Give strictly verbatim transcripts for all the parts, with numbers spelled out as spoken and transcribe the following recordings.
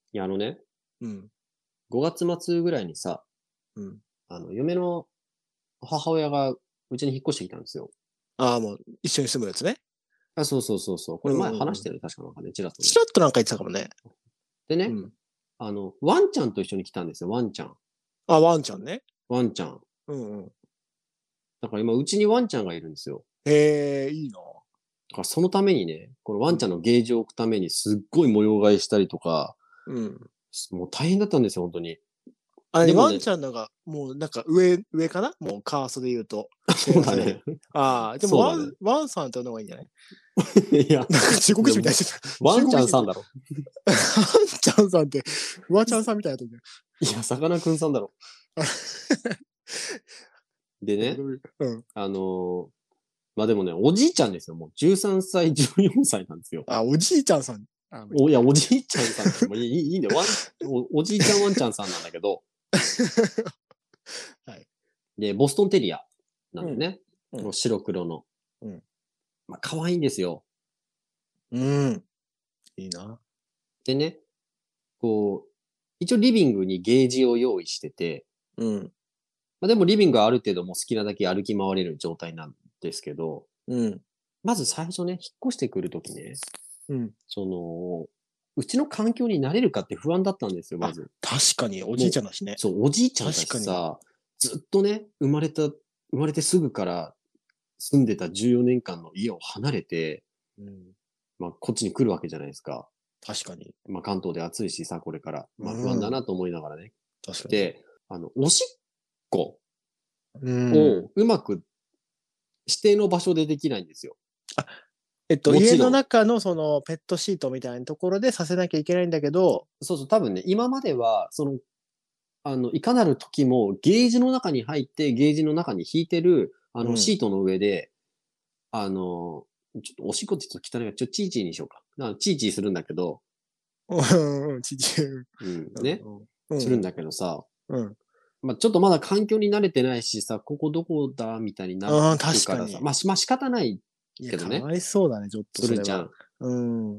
いや、あのね、 うん。 ごがつ末ぐらいにさ、 うん。 あの、嫁の母親がうちに引っ越してきたんですよ。 ああ、もう一緒に住むやつね。 あ、そうそうそうそう。こうれんうんうん。 前話してる、確かなんかね、ちらっとね。 ちらっとなんか言ってたかもね。 でね、 うん。 あの、ワンちゃんと一緒に来たんですよ、ワンちゃん。 あ、ワンちゃんね。 ワンちゃん。 うんうん。 だから今、うちにワンちゃんがいるんですよ。 へえ、いいな。 だからそのためにね、このワうん。 ンちゃんのゲージを置くためにすっごい模様替えしたりとか、 うん。 もう大変だったんですよ、本当に。 あれ、ワンでもね、 ちゃんのが、もうなんか上、上かなもうカーストで言うと。世代世代。 そうだね。 ああ、でもワン、 そうだね。 ワンさんって呼んだ方がいいんじゃない？ いや、 なんか中国でも、 人みたいにしてた。 ワンちゃ中国人って。 んさんだろ。 ワンちゃんさんって、フワちゃんさんみたいな時いや、さかなクンさんだろ。でね、 うん。 あのーまあでもね、おじいちゃんですよ。もうじゅうさんさい、じゅうよんさいなんですよ。 あ、おじいちゃんさん。あ、もういいお、いや、おじいちゃんさんって、もういいいいんだよ。ワンお、おじいちゃんワンちゃんさんなんだけど、 はい。 で、ボストンテリアなんうん。 だよね。 うん。 もう白黒の。 うん。 まあ、可愛いんですよ。 うん。いいな。 でね、こう、一応リビングにゲージを用意してて、 うん。 まあ、でもリビングはある程度もう好きなだけ歩き回れる状態なんですけど、 うん。 まず最初ね、引っ越してくるときね、 うん。 その、うちの環境に慣れるかって不安だったんですよ、まあ、 ず。 確かにおじいもう、 ちゃんだしね。 そう、おじいちゃんだ確かに。 しさ、ずっとね、生まれた、生まれてすぐから住んでたじゅうよねんかんの家を離れて、 うん。 まあ、こっちに来るわけじゃないですか。 確かに。 まあ、関東で暑いしさ、これから。まあ、不安だうん。 なと思いながらね。 確かに。 で、あの、おしっこうん。 をうまく指定の場所でできないんですよ。 えっと、家のもちろん。 中のそのペットシートみたいなところでさせなきゃいけないんだけど、 そうそう、多分ね、今までは、その、あの、いかなる時もゲージの中に入って、ゲージの中に引いてる、あの、 うん。 シートの上で、あの、ちょっとおしっこってちょっと汚いから、ちょっとチーチーにしようか。だからチーチーするんだけど、 うんうん、ちっちゃい。ううん、ね、 んうん。 するんだけどさ、 うん。 まあ、ちょっとまだ環境に慣れてないしさ、ここどこだみたいになああ、 るからさ、 確かに。 まあ、しまあ仕方ないいや、 けどね、 かわいそうだね、ちょっとそれは。 するじゃん。 うん。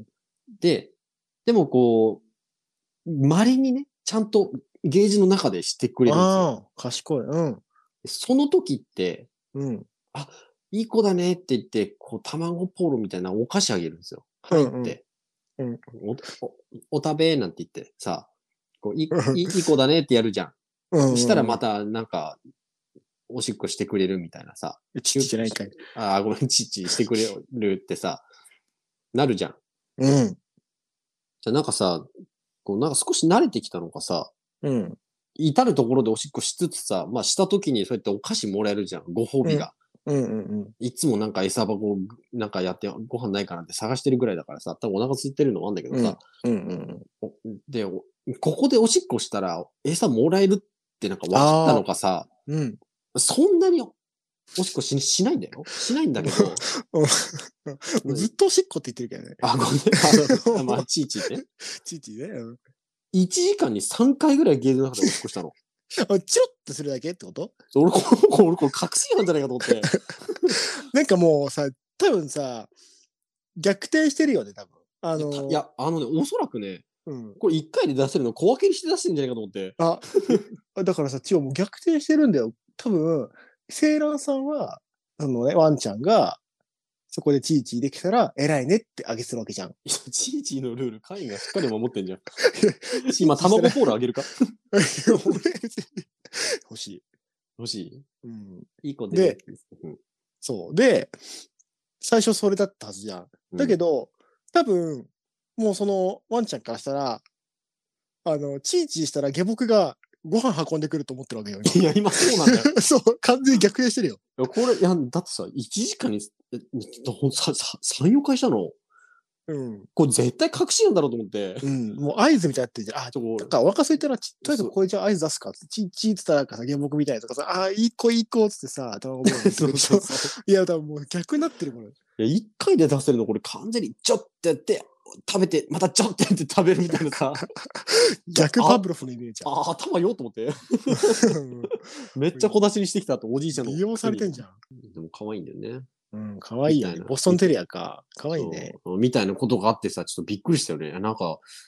で、でもこう、稀にね、ちゃんとゲージの中でしてくれるんですよ。 ああ、賢い。うん。 その時って、 うん。 あ、いい子だねって言って、こう、卵ポーロみたいなお菓子あげるんですよ。 うんうん。 入って、 うん。 お、お、お食べなんて言って、さ、こう、いい、 うん。 いい子だねってやるじゃん。 うそしたらんうん。 また、なんか、おしっこしてくれるみたいなさ、 ちっキュッとし、 ちじゃないかい。 あー、ごめん、チッチしてくれるってさ、なるじゃん。 うん。 じゃあなんかさ、こう、なんか少し慣れてきたのかさ、 うん。 至るところでおしっこしつつさ、まあした時にそうやってお菓子もらえるじゃん。ご褒うん。 美が。 うんうんうん。 いつもなんか餌箱なんかやってご飯ないかなって探してるぐらいだからさ、多分お腹空いてるのもあるんだけどさ、 うん。うんうんうん。 おで、おここでおしっこしたら餌もらえるってなんか分かったああ、 のかさ、 うん。 そんなにおしっこししないんだよ。しないんだけど、 もうずっとおしっこって言ってるけどね。 あ、ごめん、あの、まあ、ちいちいね。 ちいちね。うん。 いちじかんにさんかいぐらいゲージの中でおしっこしたの。 あ、チロッとするだけってこと？ 俺、これ、俺、これ、確信犯じゃないかと思って。 なんかもうさ、多分さ、逆転してるよね、多分。あいや、たいの、 や、あのね、おそらくね、 うん。 これいっかいで出せるの小分けにして出してるんじゃないかと思って。 あ、えだからさ、違う、もう逆転してるんだよ。多分、セイランさんは、あのね、ワンちゃんが、そこでチーチーできたら、偉いねってあげてるわけじゃん。 いや、チーチーのルール、会員がしっかり守ってんじゃん。 チー今、 チーしたら、 卵ポールあげるか俺別に欲しい。 欲しいうん。 いい子でね。 で、 うん。 そう。で、最初それだったはずじゃん。 うん。 だけど、多分、もうそのワンちゃんからしたら、あの、チーチーしたら下僕がご飯運んでくると思ってるわけよ、今。 いや、今そうなんだよ。 そう、完全に逆転してるよ。 いや、これ、いや、だってさ、いちじかんに、えほさささん、よんかいしたの。 うん。 これ絶対確信犯だろうと思って。 うん。もう合図みたいになってんじゃん。あ、 ちょ、 なんかお腹空いたら、ちとりあえずそこれじゃあ合図出すかって、チーチーって言ったらなんかさ、原木みたいなとかさ、あー、いい子いい子っつってさ、卵ボールに行ってそうくるでしょ。 そうそう。 いや、多分もう逆になってるもん。 いや、いっかいで出せるの、これ完全に、ちょってやって、食べて、またちょってやって食べるみたいなさ。あ、 逆パブロフのイメージある。 あ、頭よと思って。 うんめっちゃ小出しにしてきたと、おじいちゃんの利用さくせに。 れてんじゃん。 でも可愛いんだよね。 うん、可愛いよね。 みたいな。 ボストンテリアか。可愛いね。 そう、みたいなことがあってさ、ちょっとびっくりしたよね。なんか、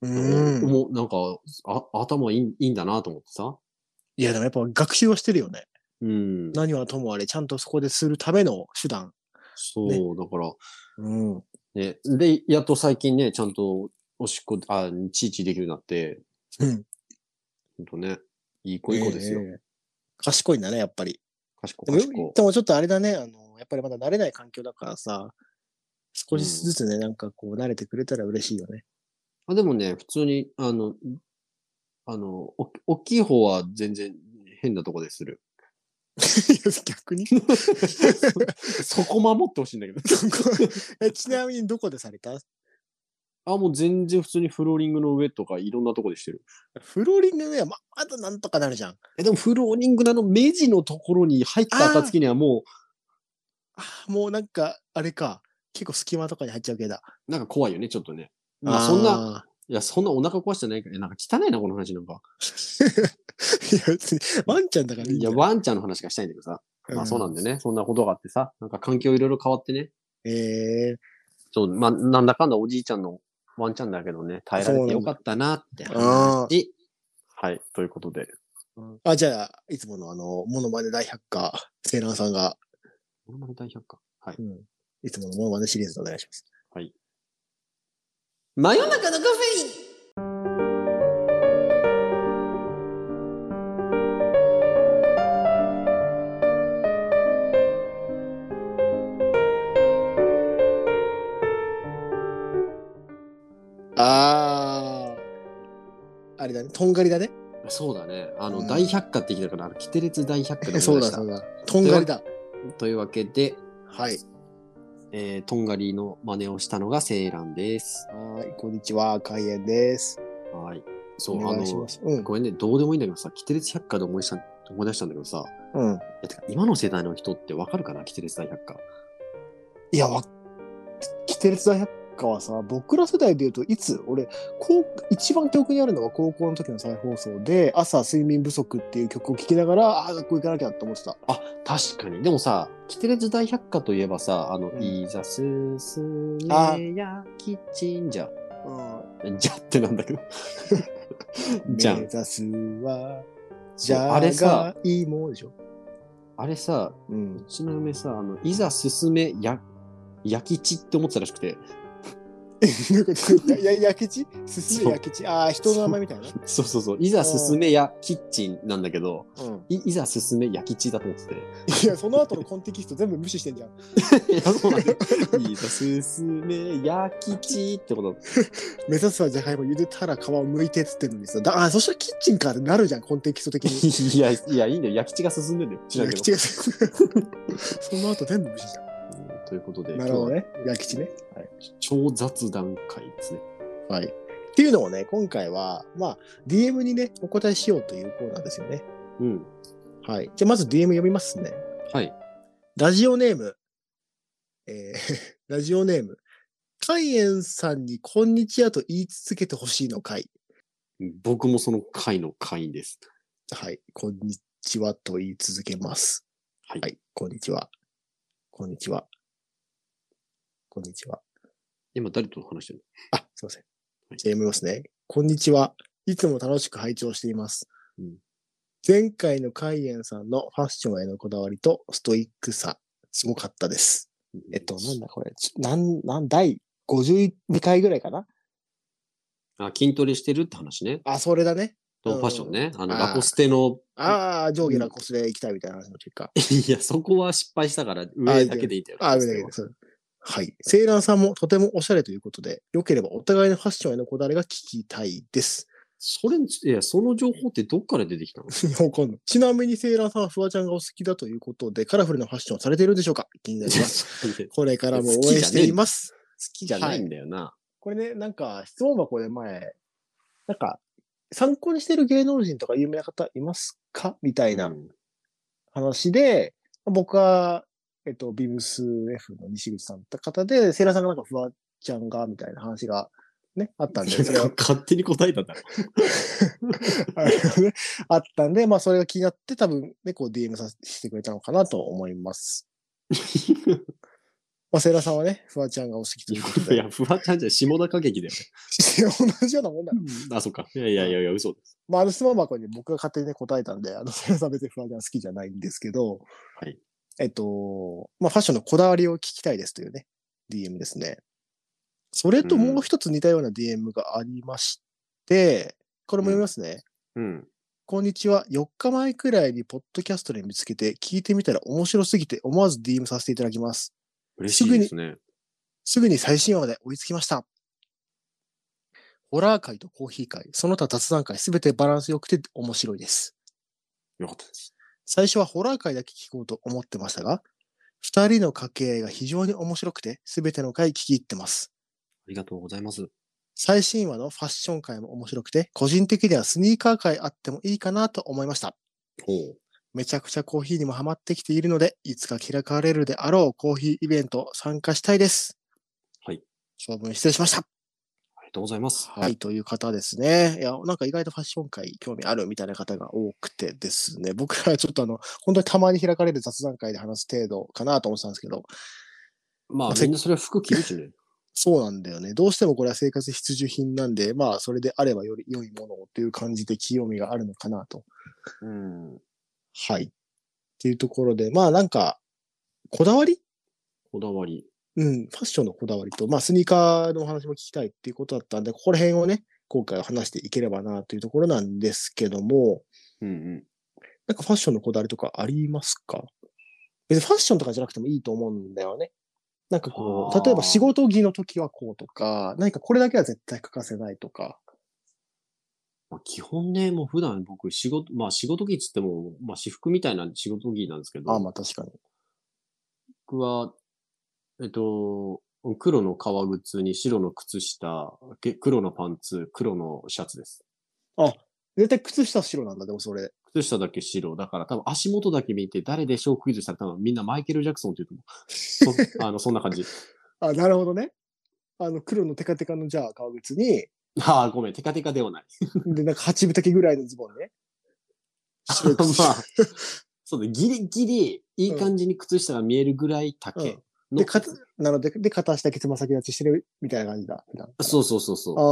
うなんか、 ん。 もうなんか、あ頭いいいいんだなと思ってさ。 いや、でもやっぱ学習はしてるよね。 うん。 何はともあれ、ちゃんとそこでするための手段。ね。 そう、だから、 うん。 ね。で、やっと最近ね、ちゃんとおしっこ、あ、チーチーできるようになって、 うん。 ほんとね、いい子えいい子ですよ。 え賢いんだね、やっぱり。 賢でも、 賢。 でもちょっとあれだね、あの、やっぱりまだ慣れない環境だからさ、少しうん。 ずつね、なんかこう慣れてくれたら嬉しいよね。 あ、でもね、普通に、あの、あの、おおっきい方は全然変なとこでする。 いや逆にそこ守ってほしいんだけど。 そこえちなみにどこでされた？ あ、もう全然普通にフローリングの上とかいろんなとこでしてる。 フローリングの上はままだなんとかなるじゃん。 え、でもフローリングのあの目地のところに入ったあ暁にはもあ、もうなんか、あれか、結構隙間とかに入っちゃう系だ。 う、なんか怖いよね、ちょっとね。まあそんな、 ああ。 いや、そんなお腹壊してないから、え、なんか汚いな、この話なんか。 いや、別に、ワンちゃんだからいいんいや、 だよ。 ワンちゃんの話がしたいんだけどさ。まあそうなんでね、そんなことがあってさ、なんか環境いろいろ変わってね。 ええそう、まあなんだかんだおじいちゃんのワンちゃんだけどね、耐えられてよかったなってあ話。はい、ということで。 あ。あ、じゃあ、いつものあの、モノマネ大百科、セーラーさんが、 モノマネ大百科。はい。 うん、いつものモノマネシリーズでお願いします。 はい。真夜中のカフェインああ。あれだね、とんがりだね。 そうだね。あの、 うん大百科って言ってたから、あの、キテレツ大百科で思いそうだ、 出した。 そうだ。とんがりだ。 というわけで、 はい。 えー、とんがりの真似をしたのがセーランです。 はい、こんにちは、海援です。 はい。そおう、あの、 願いします。うん。 ごめんね、どうでもいいんだけどさ、キテレツ百科で思いした思い出したんだけどさ、 うん。 いやてか今の世代の人ってわかるかな、キテレツ大百科。 いや、わ、キテレツ大百科はさ、僕ら世代で言うといつ俺、こう、一番記憶にあるのは高校の時の再放送で、朝睡眠不足っていう曲を聴きながら、ああ、学校行かなきゃって思ってた。 あ、確かに。でもさ、キテレツ大百科といえばさ、あの、 うんいざすすあめやキッチンじゃ。 うん。 じゃってなんだけど。じゃん。 目指すは、じそうゃあれさ、 がいもでしょ。 あれさ、 う。 うんちの嫁さ、あの、いざ進めや、焼き地って思ってたらしくて。 どういうことや、や、焼き地進め焼き地ああ、人の名前みたいな。 そうそうそう。いざ進めやキッチンなんだけど、 うん。 いいざ進め焼き地だと思ってて。 いや、その後のコンテキスト全部無視してんじゃん。 いや、そうなんだよ。いざ進め焼き地ってこと。 目指すはじゃがいも茹でたら皮を剥いてっつってるのにさ、だあ、そしたらキッチンかってなるじゃん、コンテキスト的に。 いや、いや、いいんだよ。焼き地が進んでんだよ。知らんけど。 焼き地がその後全部無視じゃん。 うんということで、 なるほどね。焼き地ね。 今日は超雑談会ですね。 はい。っていうのをね、今回は、まあ、ディーエム にね、お答えしようというコーナーですよね。 うん。 はい。じゃあ、まず ディーエム 読みますね。 はい。 ラジオネーム、えーラジオネーム、海援さんにこんにちはと言い続けてほしいの回。 僕もその会の会員です。 はい。こんにちはと言い続けます。 はい。 はい。こんにちは。こんにちは。こんにちは。 今誰と話してるあ、すいません。 はいじゃあ読みますね。こんにちは。いつも楽しく拝聴しています。 うん前回の海援さんのファッションへのこだわりとストイックさ、すごかったです。 のえっと、なんだこれ。ちなん、なん、第ごじゅうにかいぐらいかなあ、筋トレしてるって話ね。 あ、それだね。 とファッションね。あの、 あーラコステの、 ああ、上下ラコスで行きたいみたいな話の結果。 いや、そこは失敗したから、上だけでいいんだよ。 あ、上だけで。そうはい。セーラーさんもとてもおしゃれということで、よければお互いのファッションへのこだわりが聞きたいです。 それ、いや、その情報ってどっから出てきたのいやわかんない。ちなみにセーラーさんはフワちゃんがお好きだということで、カラフルなファッションをされているんでしょうか気になります。 いやこれからも応援しています。 好きじゃないんだよな。 これね、なんか質問箱で前、なんか参考にしてる芸能人とか有名な方いますかみたいなうん話で、僕は、えっと、ビームス F の西口さんって方で、セイラさんがなんかフワちゃんが、みたいな話がね、あったんで、それは勝手に答えたんだろ。 あれがねあったんで、まあそれが気になって多分ね、こう ディーエム させてくれたのかなと思います。 まあ、セイラさんはね、フワちゃんがお好きということで。 いや、フワちゃんじゃ下田歌劇だよね。 同じようなもんだ。 あ、そっか。いやいやいやいや、嘘です。 まあ、あの質問箱に僕が勝手にね、答えたんで、あの、セイラさんは別にフワちゃん好きじゃないんですけど、 はい。 えっと、まあ、ファッションのこだわりを聞きたいですというね、ディーエム ですね。それともう一つ似たような ディーエム がありまして、これも読みますね。 うん。 こんにちは。よっかまえくらいにポッドキャストで見つけて、聞いてみたら面白すぎて思わず ディーエム させていただきます。 嬉しいですね。 すぐに最新話まで追いつきました。ホラー界とコーヒー界、その他雑談会、すべてバランス良くて面白いです。 よかったです。 最初はホラー界だけ聞こうと思ってましたが、二人の掛け合いが非常に面白くて、すべての回聞き入ってます。 ありがとうございます。 最新話のファッション界も面白くて、個人的にはスニーカー界あってもいいかなと思いました。 ほう。 めちゃくちゃコーヒーにもハマってきているので、いつか開かれるであろうコーヒーイベント参加したいです。 はい。 長文失礼しました。 ありがとうございます。 はい、という方ですね。いや、なんか意外とファッション界興味あるみたいな方が多くてですね、僕らはちょっとあの、本当にたまに開かれる雑談会で話す程度かなと思ってたんですけど。 まあ、みんなそれは服着るしね。 そうなんだよね。どうしてもこれは生活必需品なんで、まあ、それであればより良いものをっていう感じで清みがあるのかなと。 うん。 はい。っていうところで、まあなんか、こだわりこだわり。 うん、ファッションのこだわりと、まあスニーカーのお話も聞きたいっていうことだったんで、ここら辺をね、今回は話していければなというところなんですけども、 うんうん。 なんかファッションのこだわりとかありますか？別にファッションとかじゃなくてもいいと思うんだよね。なんかこう、例えば仕事着の時はこうとか、何かこれだけは絶対欠かせないとか。 まあ、基本ね、もう普段僕仕事、まあ仕事着っつっても、まあ私服みたいな仕事着なんですけああ、 ど、 まあ確かに。 僕は、えっと、黒の革靴に白の靴下、け黒のパンツ、黒のシャツです。 あ、絶対靴下白なんだ、でもそれ。 靴下だけ白。だから多分足元だけ見て誰でしょうクイズしたら多分みんなマイケル・ジャクソンって言うと思う。そあの、そんな感じ。 あ、なるほどね。あの、黒のテカテカのじゃあ革靴に、 ああ、ごめん、テカテカではない。 で、なんか八分丈ぐらいのズボンね。白い靴。 まあ、そうね、ギリギリいい感じに靴下が見えるぐらい丈の、 うん、で、かなので、で、片足だけつま先立ちしてるみたいな感じだ。 そうそうそうそう。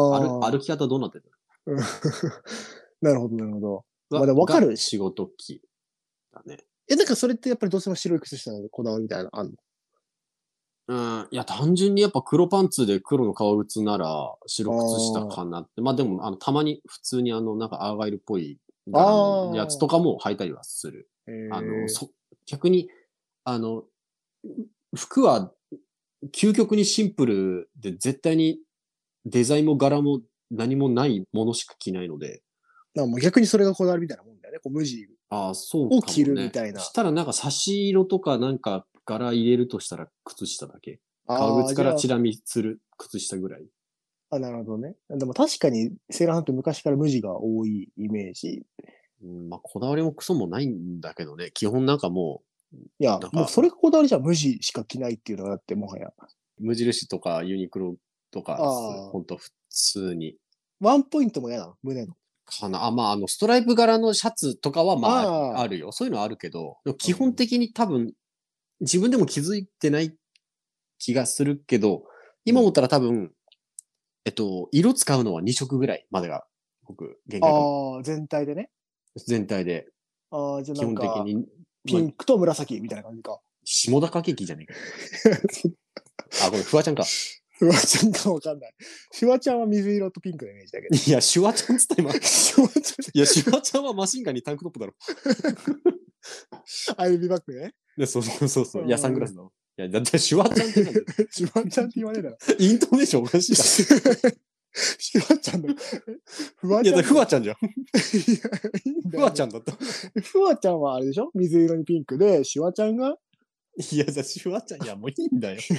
歩歩き方どうなってるのなるほど、なるほど。 まあ、でも分かる。 仕事着だね。 え、なんかそれってやっぱりどうしても白い靴下のこだわりみたいなのあんの？ うん、いや、単純にやっぱ黒パンツで黒の革靴なら白靴下かなって。まあでも、あの、たまに普通にあの、なんかアーガイルっぽい柄のやつとかも履いたりはする。あの、そ、逆に、あの、服は究極にシンプルで絶対にデザインも柄も何もないものしか着ないので。 なんかもう逆にそれがこだわりみたいなもんだよね。こう無地ああ、そうかも、ね。 を着るみたいな。 したらなんか差し色とかなんか柄入れるとしたら靴下だけ。革靴からチラ見する靴下ぐらい。 あ、なるほどね。でも確かにセーラーハンって昔から無地が多いイメージ。 うん、まあ、こだわりもクソもないんだけどね。基本なんかもう。いや、もうそれがこだわりじゃ無地しか着ないっていうのがあって、もはや。 無印とかユニクロとか、ほんと普通に。 ワンポイントも嫌なの胸の。 かなあ、まあ、あの、ストライプ柄のシャツとかは、まあ、あ、あるよ。そういうのはあるけど、基本的に多分、自分でも気づいてない気がするけど、今思ったら多分、えっと、色使うのはに色ぐらいまでが、僕、限界かも。 ああ、全体でね。 全体で。 ああ、じゃあなんか、基本的に。ピンクと紫みたいな感じか。 下田歌劇じゃねえか。あ、ごめん、フワちゃんか。 フワちゃんかわかんない。シュワちゃんは水色とピンクのイメージだけど。 いや、シュワちゃんっつった今。シュワちゃん。いや、シュワちゃんはマシンガンにタンクトップだろ。 アイビーバックね。 いや、そうそうそうそう。いや、サングラスだろ。いや、だってシュワちゃんってなんだよ。 シュワちゃんって言わねえだろ。 イントネーションおかしいだろ。 シュワちゃんだ。 フワちゃん。いや、フワちゃんじゃん。フワちゃんだった。 フワちゃんはあれでしょ水色にピンクで、シュワちゃんがいや、じゃシュワちゃん、いや、もういいんだよ。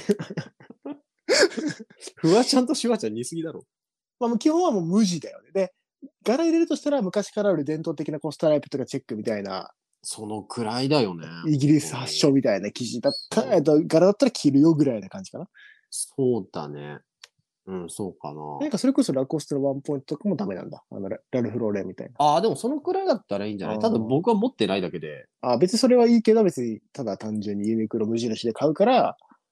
フワちゃんとシュワちゃん似すぎだろ。 まあ、もう基本はもう無地だよね。で、柄入れるとしたら昔からある伝統的なこうストライプとかチェックみたいな。 そのくらいだよね。 イギリス発祥みたいな生地だったら、えっと、柄だったら着るよぐらいな感じかな。 そうだね。うん、そうかな。 なんかそれこそラコステのワンポイントとかもダメなんだ。あのラ、ラルフローレンみたいな。 ああ、でもそのくらいだったらいいんじゃない？ただ僕は持ってないだけで。 ああ、別にそれはいいけど、別にただ単純にユニクロ無印で買うから、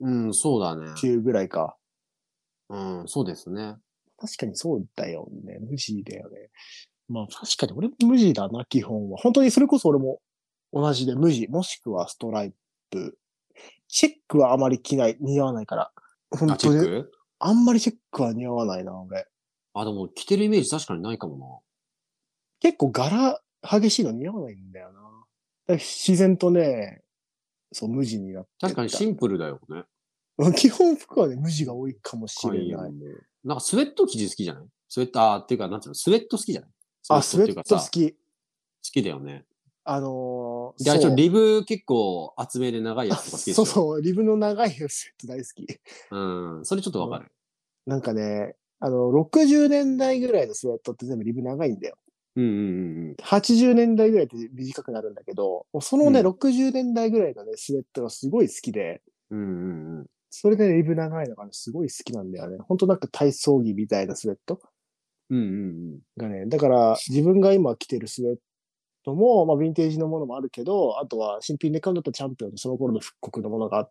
うん、そうだね。 っていうぐらいか。 うん、そうですね。 確かにそうだよね。無地だよね。まあ確かに俺も無地だな、基本は。本当にそれこそ俺も同じで無地、もしくはストライプ。チェックはあまり着ない、似合わないから。 あ、 本当に。 チェックあんまりチェックは似合わないな、俺。 あ、でも着てるイメージ確かにないかも結構柄激しいの似合わないんだよな。だから自然とね、そう、無地になっな。 てった。 確かにシンプルだよね。 基本服はね、無地が多いかもしれない。 海も。なんかスウェット生地好きじゃないスウェット、あーっていうか、なんていうの、スウェット好きじゃないスウェあ、 ットスウェッっていうかさ、好ト好き。 きだよね。 あのー、 で、あれちょ、 そう。 リブ結構厚めで長いやあ、 つとか好きでしょそうそう、リブの長いスウェット大好き。 うん、それちょっとわかる。 なんかね、あの、ろくじゅうねんだいぐらいのスウェットって全部リブ長いんだよ。 うんうんうんはちじゅうねんだいぐらいって短くなるんだけど、もうそのね、 うん。 ろくじゅうねんだいぐらいのね、スウェットがすごい好きで、 うんうんうん。 それでリブ長いのがね、すごい好きなんだよね。ほんとなんか体操着みたいなスウェットうんうんうん。 がね、だから自分が今着てるスウェットも、まあヴィンテージのものもあるけど、あとは新品で買うんだったらチャンピオンのその頃の復刻のものがあって、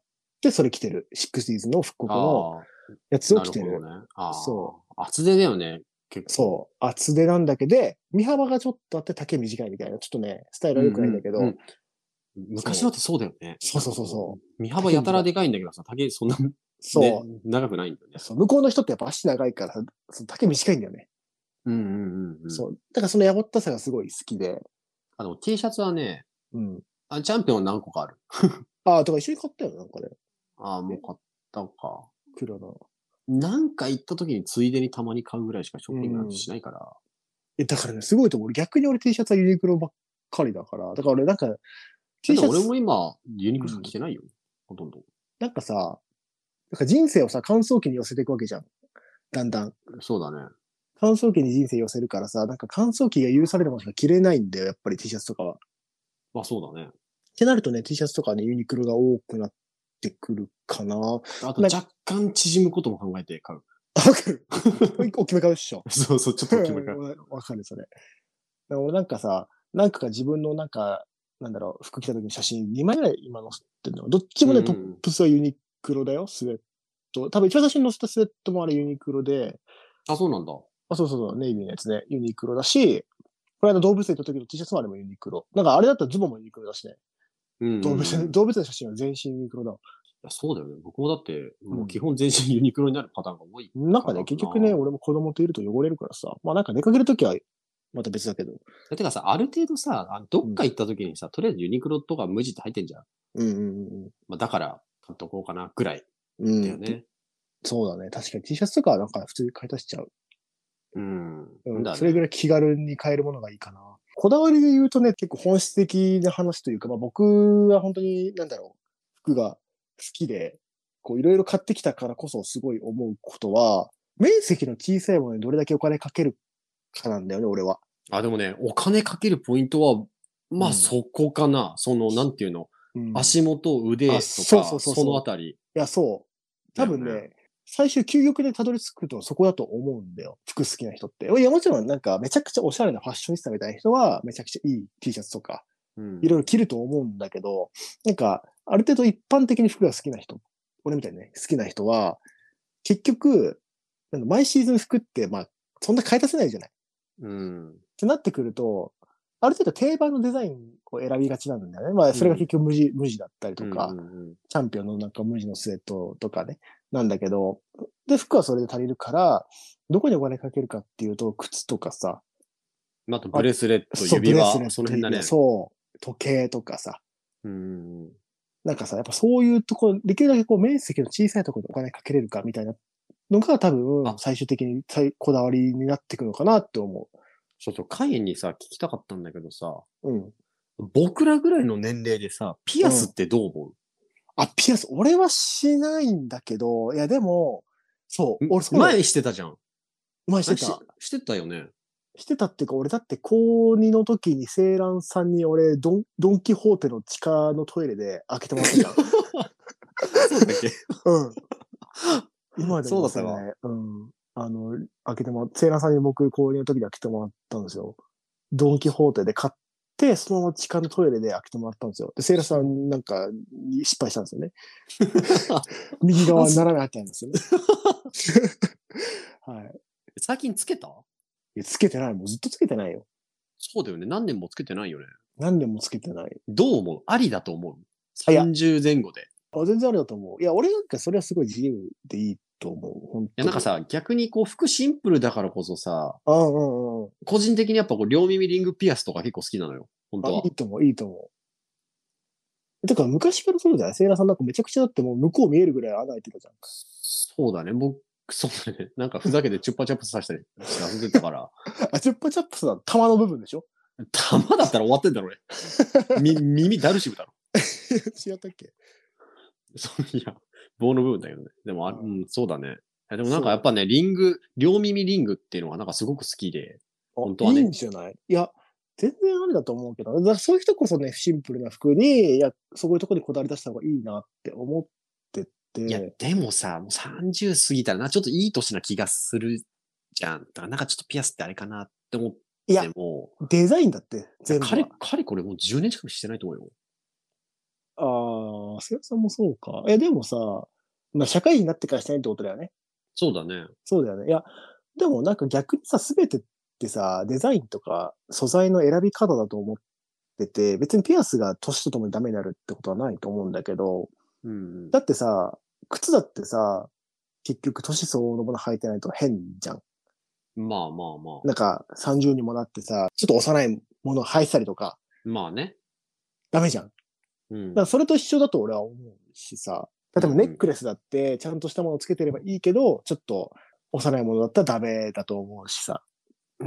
それ着てる。シックスティーズの復刻のああ、 やつをな着てる。 るほどね。あそあ、厚手だよね。結う。 構。 そう。厚手なんだけど、で、身幅がちょっとあって丈短いみたいな、ちょっとね、スタイルは良くないんだけど、 うんうんうん。昔のってそうだよね。 そうそうなんかそうそう。 こう、身幅やたらでかいんだけどさ、丈そんな、ね、 そう。 長くないんだよね。 そう。向こうの人ってやっぱ足長いからさ、その丈短いんだよね。 うんうんうんうん。 そう。だからそのやぼったさがすごい好きで。 あの、T シャツはね、 うん。 あ、チャンピオン何個かある。 ああ、とか一緒に買ったよ、なんかね。 ああ、もう買ったか。 黒の。 なんか行った時についでにたまに買うぐらいしかショッピングなんてうん。 しないから。 え、だからね、すごいと思う。俺逆に俺 T シャツはユニクロばっかりだから。だから俺なんか、 だ T って俺シャツ、 も今、ユニクロしかうん。 着てないよ。ほとんど。 なんかさ、なんか人生をさ、乾燥機に寄せていくわけじゃん。だんだん。 そうだね。 乾燥機に人生寄せるからさ、なんか乾燥機が許されるものしか着れないんだよ、やっぱり T シャツとかは。っまあそうだね。 てなるとね、T シャツとかね、ユニクロが多くなってくるかな。 あとな若干縮むことも考えて買う。 わかる。大きめ買うっしょ。 そうそう、ちょっと大きめ買う。 わかる、それ。で俺なんかさ、なんかが自分のなんか、なんだろう、服着た時の写真にまいぐらい今載せてるの。どっちもね、 うんうんトップスはユニクロだよ、スウェット。多分一番最初に載せたスウェットもあれユニクロで、 あ、そうなんだ。 あ、そうそうそう、ネイビーのやつね、ユニクロだし、この間動物園行った時の T シャツもあれもユニクロ。なんかあれだったらズボンもユニクロだしね。 うんうんうん。 動物園、動物園の写真は全身ユニクロだわ。 いやそうだよね。僕もだって、もううん基本全身ユニクロになるパターンが多いなんかね、 からな。 結局ね、俺も子供といると汚れるからさ、まあなんか出かけるときはまた別だけど。 えてかさ、ある程度さ、あどうんっか行った時にさ、とりあえずユニクロとか無地って入ってんじゃん。 うんうんまあ、だから買っとこうかな、ぐらいうん。うん。 だよね。 そうだね。確かに T シャツとかはなんか普通に買い足しちゃう。 うん。 うん。 だね。 それぐらい気軽に買えるものがいいかな。こだわりで言うとね、結構本質的な話というか、まあ僕は本当に、なんだろう、服が好きで、こういろいろ買ってきたからこそすごい思うことは、面積の小さいものにどれだけお金かけるかなんだよね、俺は。 あ、でもね、お金かけるポイントは、まうんあそこかな。その、なんていうの、 うん。 足元、腕あ、 とそうそうか、そそうそう。 のあたりいや、そう。 だよね。 多分ね、最終究極でたどり着くとそこだと思うんだよ。服好きな人って。いや、もちろんなんかめちゃくちゃおしゃれなファッショニスタみたいな人はめちゃくちゃいい T シャツとかうん。 いろいろ着ると思うんだけど、なんかある程度一般的に服が好きな人、俺みたいにね、好きな人は、結局、なんか毎シーズン服ってまあ、そんな買い足せないじゃない。 うん。 ってなってくると、ある程度定番のデザインを選びがちなんだよね。まあ、それが結局無地、無地だったりとか、 うんうんうん。 チャンピオンのなんか無地のスウェットとかね、なんだけど、で、服はそれで足りるから、どこにお金かけるかっていうと、靴とかさ、 あとブレスレット、 そう、ブ指輪、 レスレット、指輪、 その辺だね。 そう、時計とかさ、 うんうんなんかさ、やっぱそういうところ、できるだけこう面積の小さいところにお金かけれるかみたいなのが多分、 あ、 最終的に最こだわりになっていくのかなって思そうそう、カイエンにさ、聞きたかったんだけどさ、 う。うん。 僕らぐらいの年齢でさ、ピアスってどう思う、 あ、ピアス、俺はしないんだけど、いやでも、そう、俺そうだよ。 前してたじゃん。 前してした。 してたよね。 してたっていうか、俺だって高にの時にセーランさんに俺、ドン、ドンキホーテの地下のトイレで開けてもらったじゃん。 そうだっけうん。今でもそうだったね、うん。あの、開けてもらっセーランさんに僕高にの時に開けてもらったんですよ。ドンキホーテで買って、そのまま地下のトイレで開けてもらったんですよ。で、セイラさんなんかに失敗したんですよね。右側に斜め入ったんですよね。はい。 最近つけた？ いやつけてない。もうずっとつけてないよ。 そうだよね。何年もつけてないよね。 何年もつけてない。 どう思う？ありだと思う？ あいやさんじゅうぜん後で。 あ、全然あるだと思う。いや、俺なんかそれはすごい自由でいいと思う。本当に。 いや、なんかさ、逆にこう、服シンプルだからこそさ、 うんうんうん。 個人的にやっぱこう、両耳リングピアスとか結構好きなのよ。本あ、 当は。 いいと思う、いいと思う。てか、昔からそうじゃないセイラさんなんかめちゃくちゃだってもう向こう見えるぐらい穴開いてたじゃん。 そうだね。僕、そうだね。なんかふざけてチュッパチャップスさせたりし忘れてたから。 あ、チュッパチャップスは玉の部分でしょ玉だったら終わってんだろ、俺。み、耳ダルシムだろ。 違ったっけそういや、棒の部分だけどね。でもあ、 ううん、そうだね。いやでもなんかやっぱね、リング、両耳リングっていうのがなんかすごく好きで、本当はねいいんじゃないいや、全然ありだと思うけど、だからそういう人こそね、シンプルな服に、いや、そういうところにこだわり出した方がいいなって思ってて。 いや、でもさ、もうさんじゅう過ぎたらな、ちょっといい年な気がするじゃん。だからなんかちょっとピアスってあれかなって思っても、 デザインだって、全部は。 彼、彼これもうじゅうねん近くしてないと思うよ。 ああ、瀬谷さんもそうか。え、でもさ、まあ、社会人になってからしてないってことだよね。 そうだね。 そうだよね。いや、でもなんか逆にさ、すべてってさ、デザインとか素材の選び方だと思ってて、別にピアスが年とともにダメになるってことはないと思うんだけど、 うん、 だってさ、靴だってさ、結局年相応のもの履いてないと変じゃん。 まあまあまあ。 なんかさんじゅうにもなってさ、ちょっと幼いものを履いてたりとか、 まあね。 ダメじゃん。だかうん。 らそれと一緒だと俺は思うしさ、例えばネックレスだってちゃんとしたものをつけてればいいけど、ちょっと幼いものだったらダメだと思うしさ。 うん。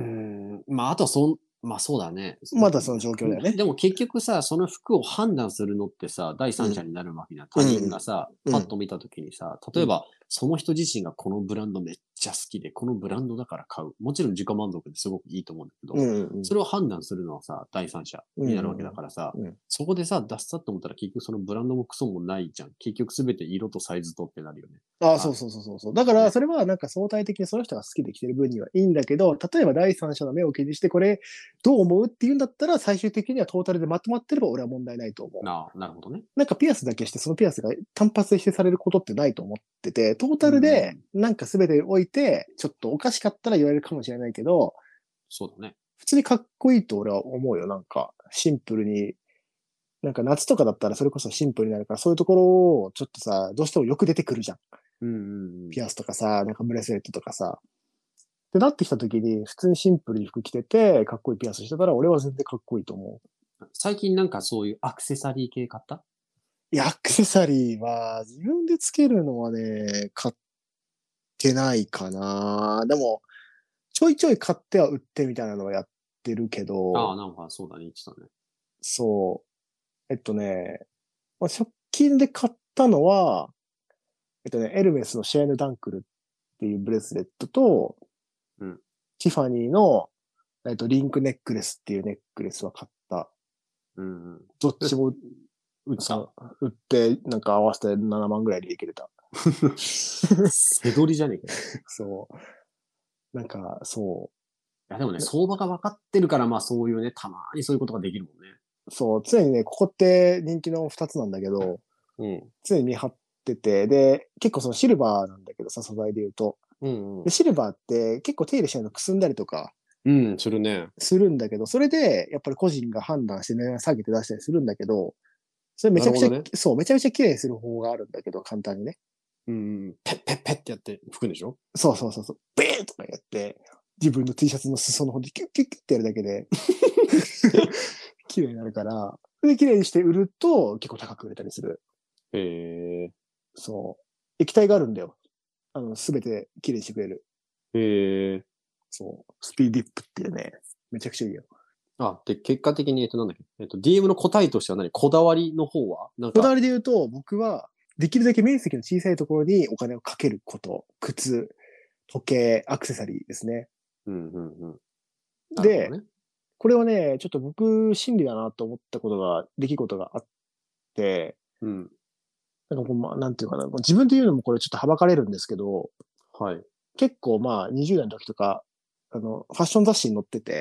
まああとはそん、まあそうだね。 まだその状況だよね。 でも結局さ、その服を判断するのってさ、第三者になるわけじゃん。他人がさ、 うんパッと見たときにさ、例えば、その人自身がこのブランドめっちゃ好きで、このブランドだから買う。もちろん自己満足ですごくいいと思うんだけど、 うんうん、 それを判断するのはさ、第三者になるわけだからさ、 うんうん、 そこでさ、出したって思ったら結局そのブランドもクソもないじゃん。結局すべて色とサイズとってなるよね。 ああ、そうそうそうそう。だから、それはなんか相対的にその人が好きで着てる分にはいいんだけど、例えば第三者の目を気にして、これどう思うって言うんだったら、最終的にはトータルでまとまってれば俺は問題ないと思う。 なあ、なるほどね。 なんかピアスだけして、そのピアスが単発で否定されることってないと思ってて、トータルでなんか全て置いて、ちょっとおかしかったら言われるかもしれないけど、 そうだね。 普通にかっこいいと俺は思うよ。なんか、シンプルに。なんか夏とかだったらそれこそシンプルになるから、そういうところをちょっとさ、どうしてもよく出てくるじゃん。 うんうんうん。 ピアスとかさ、なんかブレスレットとかさ。ってなってきた時に、普通にシンプルに服着てて、かっこいいピアスしてたら、俺は全然かっこいいと思う。 最近なんかそういうアクセサリー系買った？ いや、アクセサリーは自分でつけるのはね、買ってないかな。でも、ちょいちょい買っては売ってみたいなのはやってるけど、 ああ、なんかそうだね、言ってたね。 そう。えっとね、まあ、直近で買ったのは、えっとね、エルメスのシェーヌ・ダンクルっていうブレスレットと、 うん、 ティファニーの、えっと、リンクネックレスっていうネックレスは買った。 うんうん。 どっちも売った。 売って、なんか合わせてななまんぐらいでいけれた。 背取りじゃねえかよ。 そう。なんか、そいやでもね、相場が分かってるから、まあそういうね、たまにそういうことができるもんね。 う。そう。常にね、ここって人気の二つなんだけど、 うん。 常に見張ってて、で、結構そのシルバーなんだけどさ、素材で言うと。 うんうんで、。シルバーって結構手入れしないとくすんだりとかうん、するね。 するんだけど、それでやっぱり個人が判断して値段下げて出したりするんだけど、それめちゃくちゃ、 なるほどねそう、めちゃめちゃ綺麗にする方法があるんだけど、簡単にね。 うんうん。ペッペッペッってやって吹くんでしょ？ そうそうそうそう、ベーンとかやって、自分の T シャツの裾の方でキュッキュッキュッってやるだけで、綺麗になるから、で、綺麗にして売ると結構高く売れたりする。 へえ。 そう。液体があるんだよ。あの、すべて綺麗にしてくれる。 へえ。 そう。スピーディップっていうね、めちゃくちゃいいよ。 あ、で、結果的に、えっと、なんだっけ。えっと、ディーエム の答えとしては何？こだわりの方はなんか。 こだわりで言うと、僕は、できるだけ面積の小さいところにお金をかけること。靴、時計、アクセサリーですね。 うんうんうん。 で、 ね、 これはね、ちょっと僕、真理だなと思ったことが、出来事があって、 うん。 なんかこう、まあ、なんていうかな、自分で言うのもこれちょっとはばかれるんですけど、 はい。 結構まあ、にじゅう代の時とか、あの、ファッション雑誌に載ってて、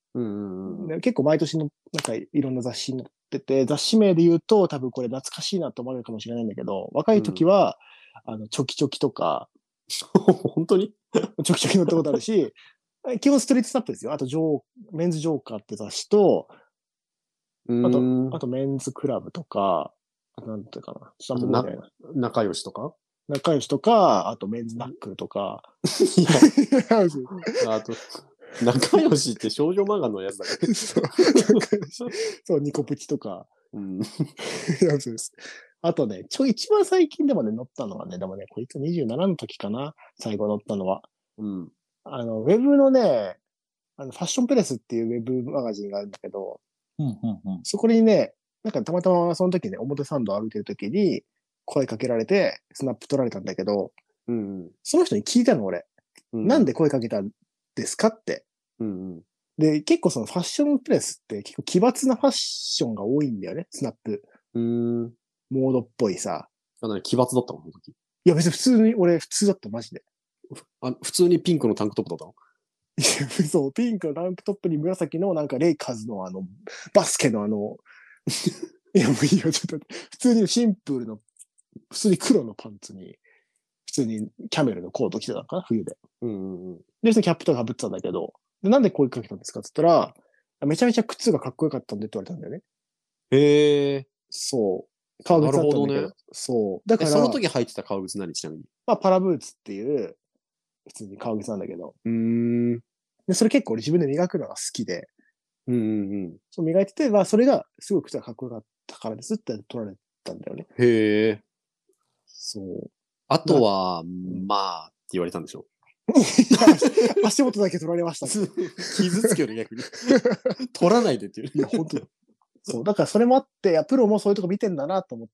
うんうんうん。 で結構毎年の、なんかいろんな雑誌に載ってて、雑誌名で言うと多分これ懐かしいなと思われるかもしれないんだけど、若い時は、あの、チョキチョキとか、 本当にチョキチョキ乗ったことあるし、基本ストリートスナップですよ。あと、ジョー、メンズジョーカーって雑誌と、 うあと、 ーん。 あとメンズクラブとか、あとなんていうかな。ちょっとあとなあんま覚えてないな。 仲良しとか仲良しとか、あとメンズナックルとか。 いや、あと、仲良しって少女漫画のやつだけど。 そう、仲良しそう、ニコプチとか。 うん。 やつです。あとね、ちょ、一番最近でもね、乗ったのはね、でもね、こいつにじゅうななの時かな、最後乗ったのは。 うん。 あの、ウェブのね、あの、ファッションプレスっていうウェブマガジンがあるんだけど、 うんうんうん。 そこにね、なんかたまたまその時ね、表参道歩いてる時に声かけられて、スナップ撮られたんだけど、 うんうん。 その人に聞いたの、俺。 うんなんで声かけたんですかって。 うんうん。 で、結構そのファッションプレスって結構奇抜なファッションが多いんだよね、スナップ。 うーん。 モードっぽいさ。 あ、なに奇抜だったのその時。 いや別に普通に、俺普通だった、マジで。 あ、普通にピンクのタンクトップだったのいやそう、ピンクのタンクトップに紫のなんかレイカーズのあの、バスケのあの、いやもういいよ、ちょっと待って。普通にシンプルの、普通に黒のパンツに、普通にキャメルのコート着てたのかな、冬で。 うんうんうん。 で、そのキャップとか被ってたんだけど、でなんで声かけたんですかって言ったら、めちゃめちゃ靴がかっこよかったんでって言われたんだよね。 へえ。 そう。革靴だったんだけど。 なるほどねそう。だかえ、 ら、 その時履いてた革靴何ちなみに。 まあ、パラブーツっていう、普通に革靴なんだけど。 うーん。 で、それ結構俺自分で磨くのが好きで、 うんうんうん。 そう磨いてて、まあ、それがすごく靴がかっこよかったからですって取られたんだよね。 へえ。 そう。 あとは、 んまあ、って言われたんでしょ。 足元だけ取られましたね。 傷つくよね、逆に。取らないでっていう。 いや、本当に。そう。だからそれもあって、いや、プロもそういうとこ見てんだなと思って、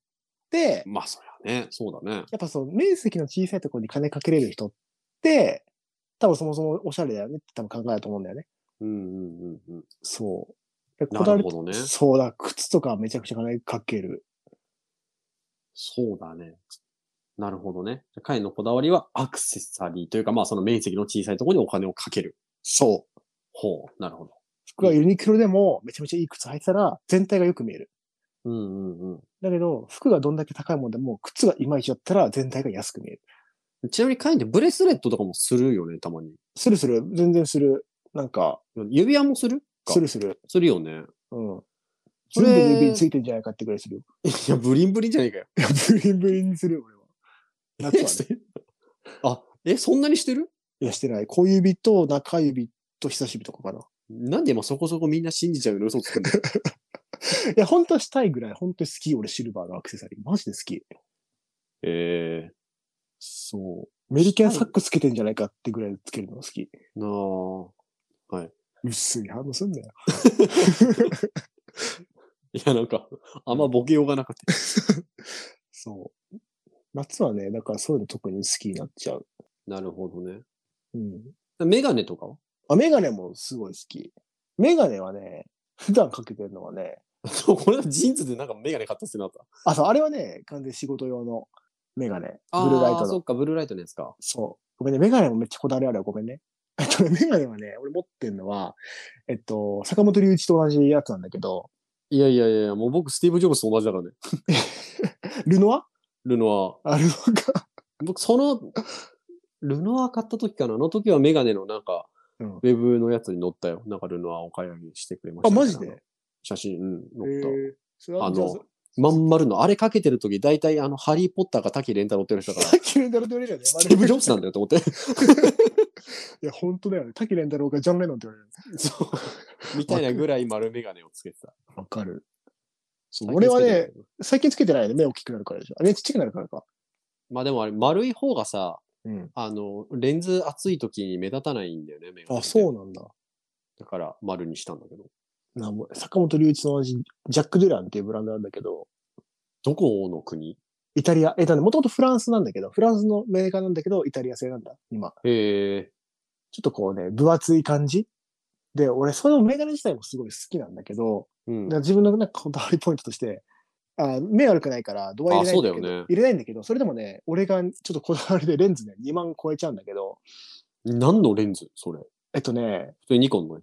まあ、そりゃね。そうだね。 やっぱそう、面積の小さいところに金かけれる人って、多分そもそもおしゃれだよねって多分考えると思うんだよね。 うんうんうんうん。 そう。でなるほどねそうだ、靴とかめちゃくちゃ金かける。 そうだね。なるほどね。彼のこだわりはアクセサリーというか、まあその面積の小さいところにお金をかける。 そう。 ほう、なるほど。 服がユニクロでもめちゃめちゃいい靴履いてたら全体がよく見える。 うんうんうん。 だけど、服がどんだけ高いもんでも靴がいまいちだったら全体が安く見える。 ちなみに彼ってブレスレットとかもするよね、たまに。 するする。全然する。なんか、 指輪もするかするする。 するよね。 うん。 それ全部指についてんじゃないかってぐらいするよ。 いや、ブリンブリンじゃねえかよ。 いや、ブリンブリンにするよ、俺は。夏はね。 あ、え、そんなにしてるいや、してない。小指と中指と人差し指とかかな。 なんで今そこそこみんな信じちゃうの嘘つくんだよ。 いや、本当はしたいぐらい、本当に好き。俺、シルバーのアクセサリー。マジで好き。 えそう。メリケンサックつけてんじゃないかってぐらいつけるのが好き。 ー、なあ。はい。 薄い反応すんだよ。 いや、なんか、あんまボケようがなかった。 そう。夏はね、だからそういうの特に好きになっちゃう。 なるほどね。 うん。 メガネとかはあ、メガネもすごい好き。メガネはね、普段かけてるのはね、 そうこれはジーンズでなんかメガネ買ったってなった。 あ、そう、あれはね、完全に仕事用のメガネ。 あーブルーライトの。 そっか、ブルーライトのやつか。 そう。ごめんね、メガネもめっちゃこだわりあるよ。ごめんね。えっとね、メガネはね、俺持ってんのは、えっと、坂本龍一と同じやつなんだけど、 いやいやいや、もう僕、スティーブ・ジョブズと同じだからね。 ルノアルノア。 あ、ルノアか。 僕、その、ルノア買った時かな。あの時はメガネのなんか、 うんウェブのやつに載ったよ。なんかルノアを買い上げしてくれましたあ、 ね、 マジで写真、うん、 え載った。 ー、それはあじゃあの、まん丸の、あれかけてる時、大体あの、ハリー・ポッターか滝蓮太郎ってる人だから、 滝レンタロウって言われるよね。 スティーブ・ジョブズなんだよと思って。 いや、本当だよね。滝レンタロウがジョン・レノンって言われる。 そう。みたいなぐらい丸メガネをつけてた。 わかる。そう最俺は近つけてないね、最近つけてないね。目大きくなるからでしょ。あ、目ちっちゃくなるからか。 まあでもあれ、丸い方がさ、 うん。 あの、レンズ厚い時に目立たないんだよね、メガネ。 あ、そうなんだ。 だから丸にしたんだけど。 なもう坂本龍一と同じ、ジャック・デュランっていうブランドなんだけど、 どこの国イタリア、えっとね、もともとフランスなんだけど、フランスのメーカーなんだけど、イタリア製なんだ、今。 へえ。 ちょっとこうね、分厚い感じで、俺、そのメガネ自体もすごい好きなんだけど、 うんだから。自分のなんかこだわりポイントとして、あ目悪くないから、度合い入れないんだけど、 あそうだよね入れないんだけど、それでもね、俺がちょっとこだわりでレンズね、にまん超えちゃうんだけど、 何のレンズそれ。 えっとね、 それニコンのやつ。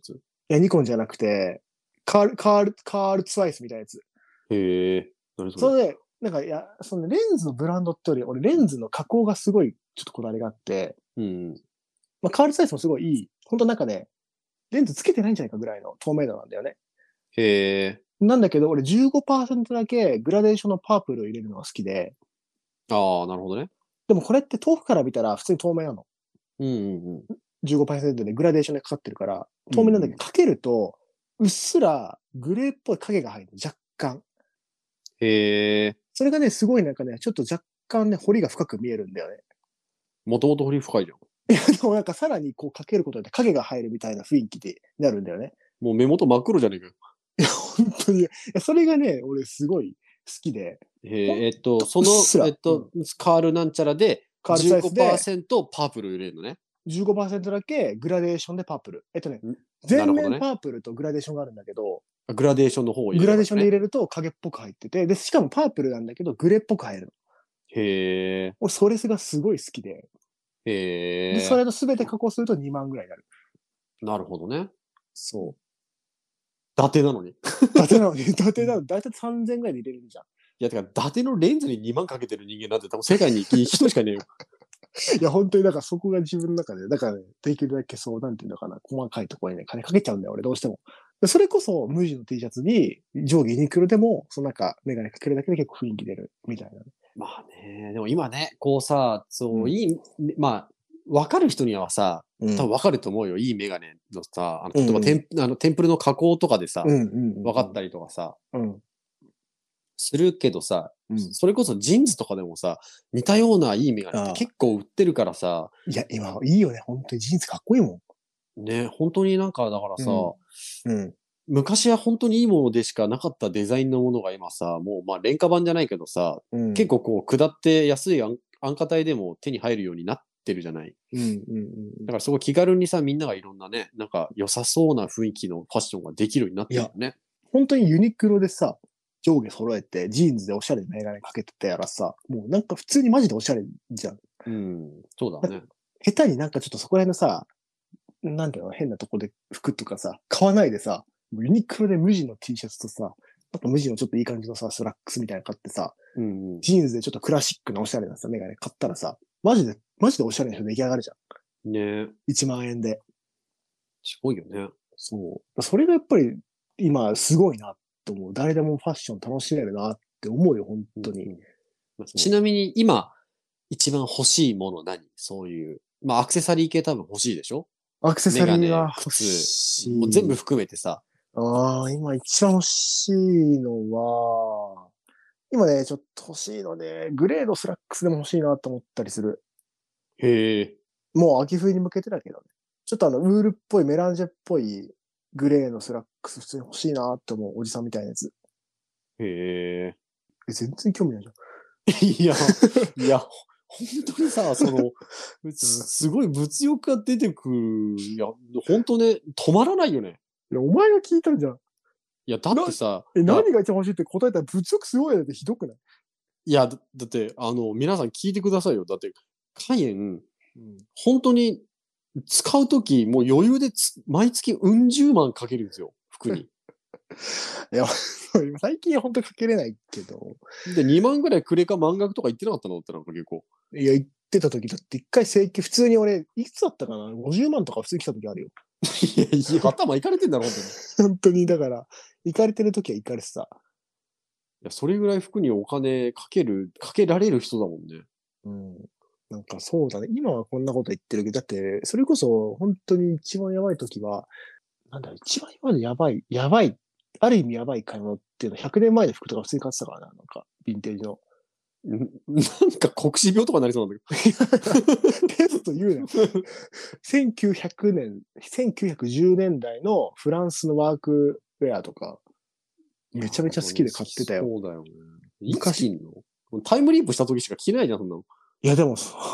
いや、ニコンじゃなくて、カール、カール、カールツワイスみたいなやつ。 へえ。何それ。 それで、なんか、いや、そのレンズのブランドってより、俺レンズの加工がすごい、ちょっとこだわりがあって、 うん。 まあ、カールツワイスもすごいいい。本当なんかね、レンズつけてないんじゃないかぐらいの透明度なんだよね。 へえ。 なんだけど、俺じゅうごパーセントだけグラデーションのパープルを入れるのが好きで、 ああ、なるほどね。 でもこれって遠くから見たら普通に透明なの。 うんうんうん。 じゅうごパーセントでグラデーションでかかってるから、 うん透明なんだけど、かけると、うっすらグレーっぽい影が入るの、若干。 へえ。 それがね、すごいなんかね、ちょっと若干ね、彫りが深く見えるんだよね。 もともと掘り深いじゃん。 でもなんかさらにこうかけることで影が入るみたいな雰囲気でなるんだよね。 もう目元真っ黒じゃねえかよ。 本当に。いやそれがね、俺すごい好きで。 へえ、えっと、そうっすらの、えっと、カールなんちゃらで、 カールサイズでじゅうごパーセントパープル入れるのね。 じゅうごパーセントだけグラデーションでパープル。えっとね、 んな全るほどね。 面パープルとグラデーションがあるんだけど、 グラデーションの方を入れグラデーればいいのね。 ションで入れると影っぽく入ってて、で、しかもパープルなんだけど、グレーっぽく入るの。 へえ。 俺、それがすごい好きで。 へで、それえ。 と全て加工するとにまんぐらいになる。 なるほどね。 そう。 伊達なのに。い伊達なのに、伊達なのに、だいたいさんぜんぐらいで入れるんじゃん。 や、てか、伊達のレンズににまんかけてる人間なんて多分世界に一人しかいねえよ。 いや、本当に、だからそこが自分の中で、だからね、できるだけそう、なんていうのかな、細かいところにね、金かけちゃうんだよ、俺、どうしても。でそれこそ、無地の T シャツに、上下ユニクロでも、そのなんか、メガネかけるだけで結構雰囲気出る、みたいなね。 まあね、でも今ね、こうさ、そうう、 んいい、まあ、わかる人にはさ、 うん。 多分わかると思うよ。いいメガネのさ、あの、 うん例えばテン、あの、テンプルの加工とかでさ、 うんうんうん。 わかったりとかさ、 うん。 するけどさ、 うん。 それこそジーンズとかでもさ、似たようないいメガネってああ。 結構売ってるからさ、 いや、今、いいよね、本当に。ジーンズかっこいいもね、本当になんかだからさ、 ん。うん。 昔は本当にいいものでしかなかったデザインのものが今さ、もうまあ廉価版じゃないけどさ、 うん。 結構こう下って安い安安価帯でも手に入るようになってるじゃない。 うんうんうんだからすごい気軽にさ、みんながいろんなね、なんか良さそうな雰囲気のファッションができるようになってるよね。 本当にユニクロでさ、上下揃えて、ジーンズでおしゃれなメガネかけてたやらさ、もうなんか普通にマジでおしゃれじゃん。 うん、そうだね。 下手になんかちょっとそこら辺のさ、なんていうの、変なとこで服とかさ、買わないでさ、もうユニクロで無地の T シャツとさ、あと無地のちょっといい感じのさ、スラックスみたいなの買ってさ、 うん、うん。 ジーンズでちょっとクラシックなおしゃれなさ、メガネ買ったらさ、マジで、マジでおしゃれな人出来上がるじゃん。 ねいちまん円で。 すごいよね。 そう。それがやっぱり今すごいなと思う。誰でもファッション楽しめるなって思うよ、本当に。 うんちなみに今、一番欲しいもの何そういう。まあアクセサリー系多分欲しいでしょ。 アクセサリーメガはネ、 欲し靴、 い。 もう全部含めてさ。 ああ、今一番欲しいのは、今ね、ちょっと欲しいので、グレーのスラックスでも欲しいなと思ったりする。 へえ。 もう秋冬に向けてだけどね。ちょっとあの、ウールっぽい、メランジェっぽいグレーのスラックス普通に欲しいなって思う、おじさんみたいなやつ。 へえ。 え、全然興味ないじゃん。 いや、いや、本当にさ、その、すすごい物欲が出てくる。いや、本当ね、止まらないよね。 いや、お前が聞いたんじゃん。 いや、だってさ、 え、 だ何が一番欲しいって答えたら物欲すごいよってひどくない？ いや、だだって、あの、皆さん聞いてくださいよ。だって、カイエン、 うん。 本当に使うとき、もう余裕でつ毎月うん十万かけるんですよ、服に。 いや、最近は本当にかけれないけど。 で、にまんぐらいクレカ満額とか言ってなかったのってなんか結構。 いや、言ってた時だって一回請求、普通に俺、いくつだったかな ?ごじゅう 万とか普通に来た時あるよ。 いや、いや頭いかれてんだろ、本当に。い本当に、だから、行かれてる時は行かれてた。 や、それぐらい服にお金かける、かけられる人だもんね。 うん。なんかそうだね。今はこんなこと言ってるけど、だって、それこそ本当に一番やばい時は、なんだろう、一番今までやばい、やばい、ある意味やばい買い物っていうのはひゃくねんまえの服とか普通に買ってたからな、なんか、ヴィンテージの。 んなんか黒死病とかなりそうなんだテスト言うなよ。せんきゅうひゃくねん、せんきゅうひゃくじゅうねんだいのフランスのワークウェアとか、 けど。 めちゃめちゃ好きで買ってたよ。 そうだよね。いつ着んのタイムリープした時しか着ないじゃん、そんなの。 いや、でもそう、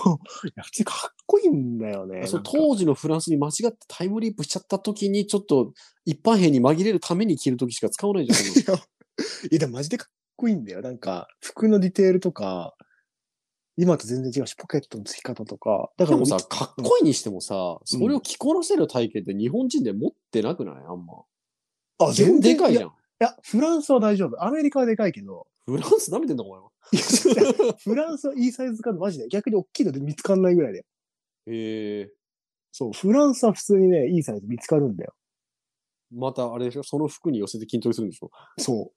いや、普通にかっこいいんだよね。 そうなんか当時のフランスに間違ってタイムリープしちゃった時に、ちょっと一般兵に紛れるために着る時しか使わないじゃん。そんなのいや、いやでもマジでかっこいいんだよ。なんか、服のディテールとか、 今と全然違うし、ポケットの付き方とか。だからでもさ、かっこいいにしてもさ、それを着こなせる体型って日本人で持ってなくないあんま。 あ、 基本全然でかいじゃん。 いや、フランスは大丈夫。アメリカはでかいけど。 フランス舐めてんのお前は。 いや、フランスはいいサイズ感マジで。逆に大きいので見つかんないぐらいで。 へえ。 そう、フランスは普通にね、いいサイズ見つかるんだよ。 またあれでしょその服に寄せて筋トレするんでしょそう。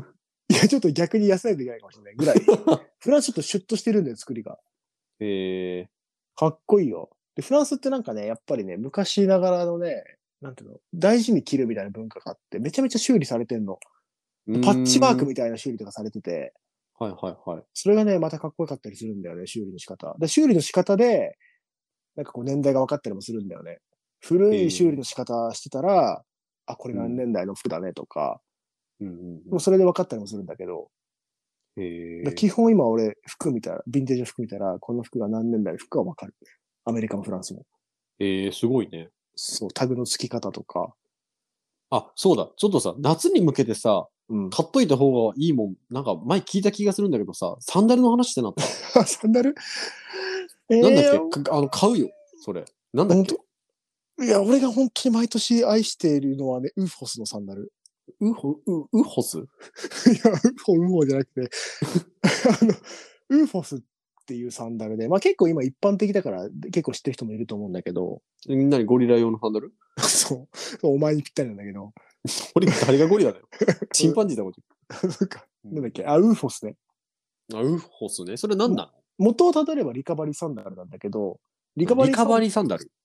いや、ちょっと逆に痩せないといけないかもしれないぐらい。フランスちょっとシュッとしてるんだよ、作りが。 へえ。 かっこいいよ。で、フランスってなんかね、やっぱりね、昔ながらのね、なんていうの、大事に着るみたいな文化があって、めちゃめちゃ修理されてんの。パッチワークみたいな修理とかされてて、 はいはいはい。 それがね、またかっこよかったりするんだよね、修理の仕方。で、修理の仕方で、なんかこう年代が分かったりもするんだよね。古い修理の仕方してたら、あ、これ何年代の服だねとか、 うんうんうん、 もうそれで分かったりもするんだけど、 へだ基本今俺服見たら、ヴィンテージの服見たら、この服が何年代の服が分かる。アメリカもフランスも。 ええー、すごいね。 そう、タグの付き方とか。 あ、そうだ。ちょっとさ、夏に向けてさ、 うん。 買っといた方がいいもん。なんか前聞いた気がするんだけどさ、サンダルの話ってなった。 サンダルえー、 なんだっけかあの、買うよ。それ。なんだっけいや、俺が本当に毎年愛しているのはね、ウーフォスのサンダル。 ウホ、ウ、ウホスいや、ウーフォ、ウーフォじゃなくて、あの、ウーフォスっていうサンダルで、まあ結構今一般的だから結構知ってる人もいると思うんだけど、 みんなにゴリラ用のサンダルそう、お前にぴったりなんだけど、 俺、誰がゴリラだよ。チンパンジーだもん。 なんか、なんだっけ、あ、ウーフォスね。 あ、ウホスね。それなんなの元をたどればリカバリーサンダルなんだけど、リリカバリーサンダルって、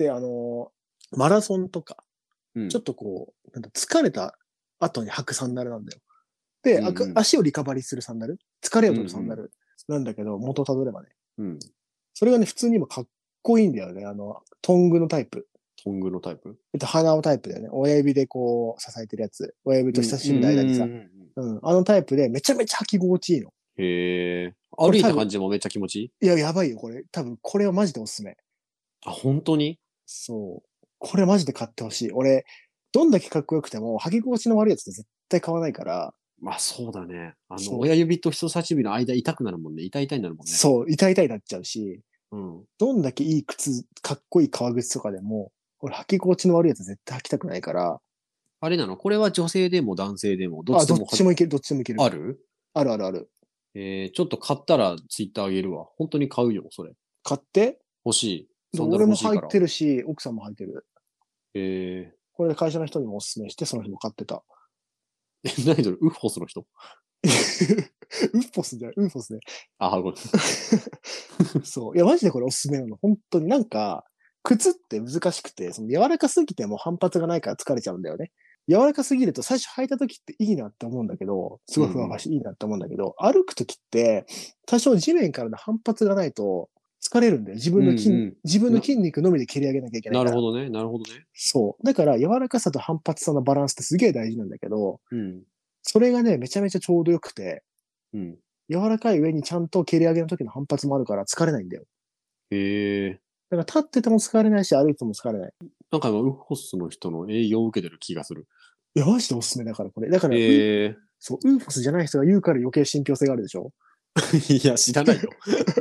あの、マラソンとか、 うん、 ちょっとこう、なんだ疲れた後に履くサンダルなんだよ。で、 うんうん、 足をリカバリーするサンダル、疲れを取るサンダルなんだけど、元をたどればね。 うん。 それがね、普通に今かっこいいんだよね。あの、トングのタイプ。 トングのタイプえっと、鼻のタイプだよね。親指でこう、支えてるやつ。親指と人差し指の間にさ。 うんうんうん。あのタイプでめちゃめちゃ履き心地いいの。 へえ。歩いた感じもめっちゃ気持ちいいいや、やばいよ、これ。多分、これはマジでおすすめ。 あ、本当にそう。これマジで買ってほしい。俺、どんだけかっこよくても、履き心地の悪いやつって絶対買わないから。 まあそうだね。あの、 そう親指と人差し指の間痛くなるもんね。痛々になるもんね。 そう、痛々になっちゃうし、 う。ん。 どんだけいい靴、かっこいい革靴とかでも、俺履き心地の悪いやつ絶対履きたくないから。 あれなのこれは女性でも男性でもどっあ、 ちでもどっちもいける、どっちでもいける。 あるあるあるある。 えー、ちょっと買ったらツイッターあげるわ。本当に買うよ、それ。 買って。 欲しい。サンダル俺も欲しいから。 履いてるし、奥さんも履いてる。 えこれ会社の人にもおすすめして、その人も買ってた。 ー、え、何それウッホスの人ウッポスじゃない、ウッポスね。 あ、ごめん。 そう。いや、マジでこれおすすめなの。本当になんか、靴って難しくて、その柔らかすぎても反発がないから疲れちゃうんだよね。柔らかすぎると最初履いた時っていいなって思うんだけど、すごいふわふわしていいなって思うんだけど、歩く時って多少地面からの反発がないと疲れるんだよ。自分の筋、 うんうん自分の筋肉のみで蹴り上げなきゃいけないから。 なるほどね、なるほどね。 そう。だから柔らかさと反発さのバランスってすげえ大事なんだけど、 うん。 それがね、めちゃめちゃちょうどよくて、 うん。 柔らかい上にちゃんと蹴り上げの時の反発もあるから疲れないんだよ。 へえー。 だから立ってても疲れないし、歩いても疲れない。 なんか今、ウッホスの人の営業を受けてる気がする。 いや、マジでおすすめだから、これ。だから、 へえそう、ウーフォスじゃない人が言うから余計信憑性があるでしょー。いや、知らないよ。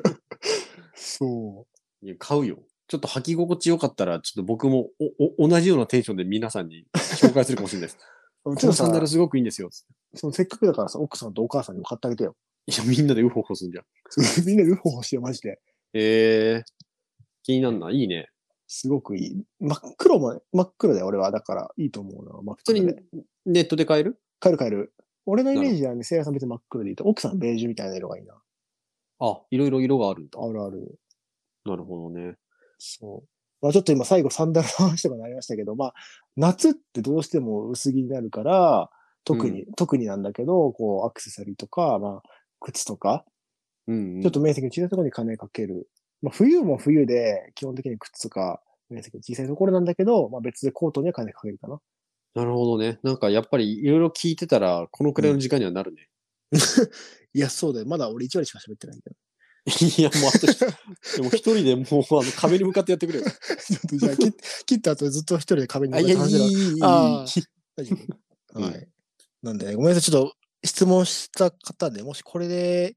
そいや、買うよ。ちょっと履き心地よかったら、ちょっと僕もおお同じようなテンションで皆さんに紹介するかもしれないです。 う。 このサンダルすごくいいんですよ。 そのせっかくだからさ、奥さんとお母さんにも買ってあげてよ。 いや、みんなでウホホすんじゃん。 みんなでウーフォ欲しいよ、マジで。 ええー、気になんな。いいね。 すごくいい。真っ黒も、真っ黒だよ、俺は。だから、いいと思うな。真っ普通に黒で。 ネットで買える買える買える。俺のイメージはね、せいやさん別に真っ黒でいいと。奥さんベージュみたいな色がいいな。 あ、いろいろ色があるんだ。 あるある。 なるほどね。 そう。まあちょっと今最後サンダルの話とかになりましたけど、まあ、夏ってどうしても薄着になるから、特に、 う特になんだけど、こう、アクセサリーとか、まあ、靴とか、 うん、うん。 ちょっと面積の小さいところに金かける。まあ、冬も冬で、基本的に靴とか、面積の小さいところなんだけど、まあ別でコートには金かけるかな。 なるほどね。なんかやっぱりいろいろ聞いてたら、このくらいの時間にはなるね。 いや、そうだよ。まだ俺いち割しか喋ってないけど。 いや、もうあとひ、でも一人でもうあの壁に向かってやってくれよ。 ちょっとじゃあ切、切った後ずっと一人で壁にあ、いや、いい、 向かって話してる。 いい、いい。 ああ、大丈夫。 うんはい。なんで、ごめんなさい。ちょっと質問した方で、もしこれで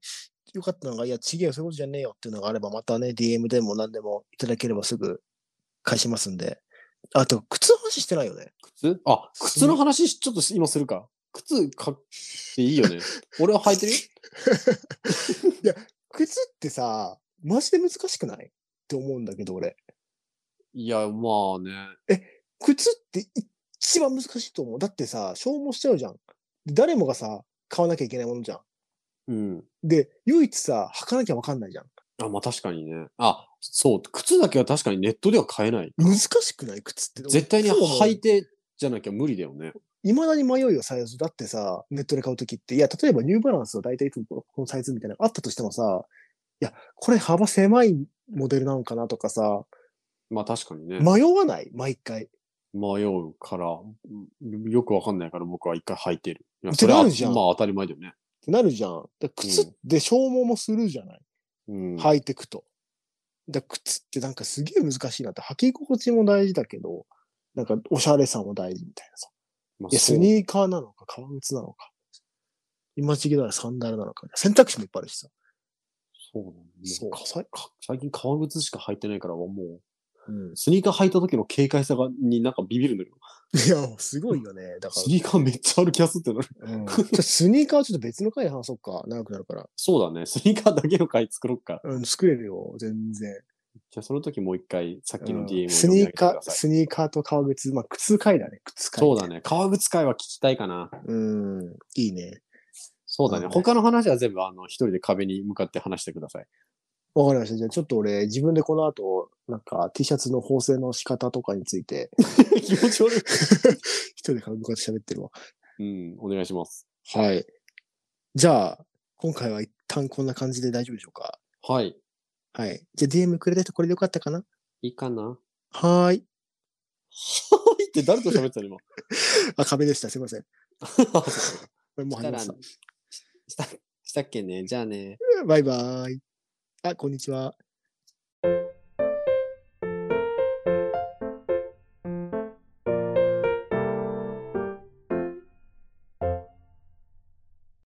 よかったのが、いや、ちげえよ、そういうことじゃねえよっていうのがあれば、またね、ディーエム でも何でもいただければすぐ返しますんで。あと、靴の話してないよね。 靴あ、靴の話ちょっと今するか。靴買っていいよね。俺は履いてるよ。 いや、靴ってさ、マジで難しくないって思うんだけど、俺。 いや、まあね。 靴って一番難しいと思う。だってさ、消耗しちゃうじゃん。誰もがさ、買わなきゃいけないものじゃん。 うん。 で、唯一さ、履かなきゃわかんないじゃん。 あ、まあ確かにね。あ、そう、靴だけは確かにネットでは買えない。 難しくない靴って。 絶対にそう思う履いてじゃなきゃ無理だよね。 未だに迷いよ、サイズ。だってさ、ネットで買うときって、いや、例えばニューバランスは大体いつもこのサイズみたいなのがあったとしてもさ、いや、これ幅狭いモデルなのかなとかさ、 まあ確かにね。 迷わない毎回。 迷うから、うんよくわかんないから僕は一回履いてる。いや、 ってそれはなるじゃんまあ当たり前だよね。 ってなるじゃん。だ靴って消耗もするじゃない、 うん。 履いてくと。だ靴ってなんかすげえ難しいなって、履き心地も大事だけど、なんかおしゃれさも大事みたいなさ。いや、 まあそうスニーカーなのか、革靴なのか。今時期ならサンダルなのか。選択肢もいっぱいあるしさ。 そうだね。 そうもうかさか最近革靴しか履いてないから、もう、 うん。 スニーカー履いた時の軽快さがになんかビビるんだけど。 いや、すごいよね。だかスニーカーめっちゃ歩きやすってなる。 ら。うん。ちょっとスニーカーはちょっと別の回で話そうか。長くなるから。 そうだね。スニーカーだけの回作ろっか。 うん、作れるよ。全然。 じゃあその時もう一回さっきの ディーエム をス読みニーカー、 上げてください。 スニーカーと革靴。まあ、靴回だね。靴回。 そうだね。革靴会は聞きたいかな。 うん。いいね。 そうだね。 うん他の話は全部あの一人で壁に向かって話してください。 わかりました。じゃあちょっと俺、自分でこの後、なんか T シャツの縫製の仕方とかについて、 気持ち悪い。 一人で向かって喋ってるわ。 うん、お願いします。 はい。じゃあ、今回は一旦こんな感じで大丈夫でしょうか。 はい。 はい。じゃあ ディーエム くれた人これでよかったかないいかなははーい。 いって誰と喋ってたの今。 あ、壁でした。すいません。 あそうかこれもうしたら、 話しした、したっけね。じゃあね。 た。バイバーイ。あ、こんにちは。